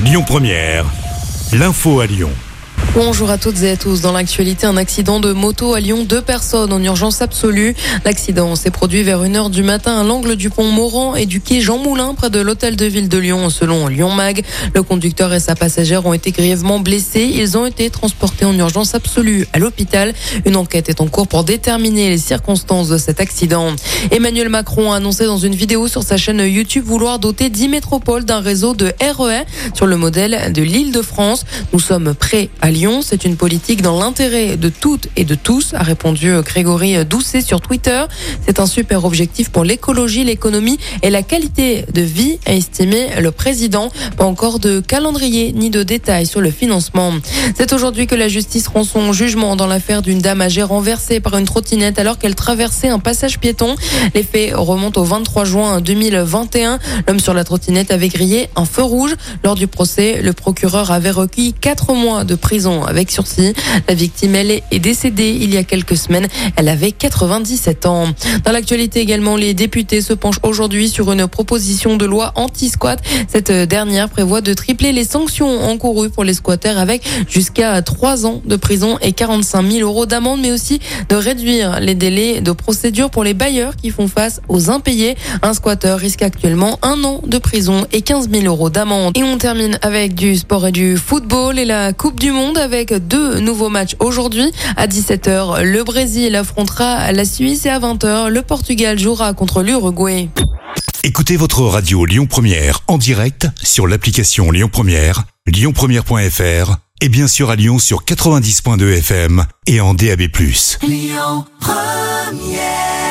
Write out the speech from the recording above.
Lyon Première, l'info à Lyon. Bonjour à toutes et à tous. Dans l'actualité, un accident de moto à Lyon. 2 personnes en urgence absolue. L'accident s'est produit vers 1h du matin à l'angle du pont Morand et du quai Jean Moulin près de l'hôtel de ville de Lyon, selon Lyon Mag. Le conducteur et sa passagère ont été grièvement blessés. Ils ont été transportés en urgence absolue à l'hôpital. Une enquête est en cours pour déterminer les circonstances de cet accident. Emmanuel Macron a annoncé dans une vidéo sur sa chaîne YouTube vouloir doter 10 métropoles d'un réseau de RER sur le modèle de l'Île-de-France. Nous sommes prêts à Lyon. C'est une politique dans l'intérêt de toutes et de tous, a répondu Grégory Doucet sur Twitter. C'est un super objectif pour l'écologie, l'économie et la qualité de vie, a estimé le président. Pas encore de calendrier ni de détails sur le financement. C'est aujourd'hui que la justice rend son jugement dans l'affaire d'une dame âgée renversée par une trottinette alors qu'elle traversait un passage piéton. Les faits remontent au 23 juin 2021. L'homme sur la trottinette avait grillé un feu rouge. Lors du procès, le procureur avait requis 4 mois de prison avec sursis. La victime, elle, est décédée il y a quelques semaines. Elle avait 97 ans. Dans l'actualité également, les députés se penchent aujourd'hui sur une proposition de loi anti-squat. Cette dernière prévoit de tripler les sanctions encourues pour les squatteurs avec jusqu'à 3 ans de prison et 45 000 euros d'amende, mais aussi de réduire les délais de procédure pour les bailleurs qui font face aux impayés. Un squatteur risque actuellement 1 an de prison et 15 000 euros d'amende. Et on termine avec du sport et du football et la Coupe du Monde avec 2 nouveaux matchs aujourd'hui. À 17h, le Brésil affrontera la Suisse et à 20h, le Portugal jouera contre l'Uruguay. Écoutez votre radio Lyon Première en direct sur l'application Lyon Première, lyonpremière.fr et bien sûr à Lyon sur 90.2 FM et en DAB+. Lyon Première.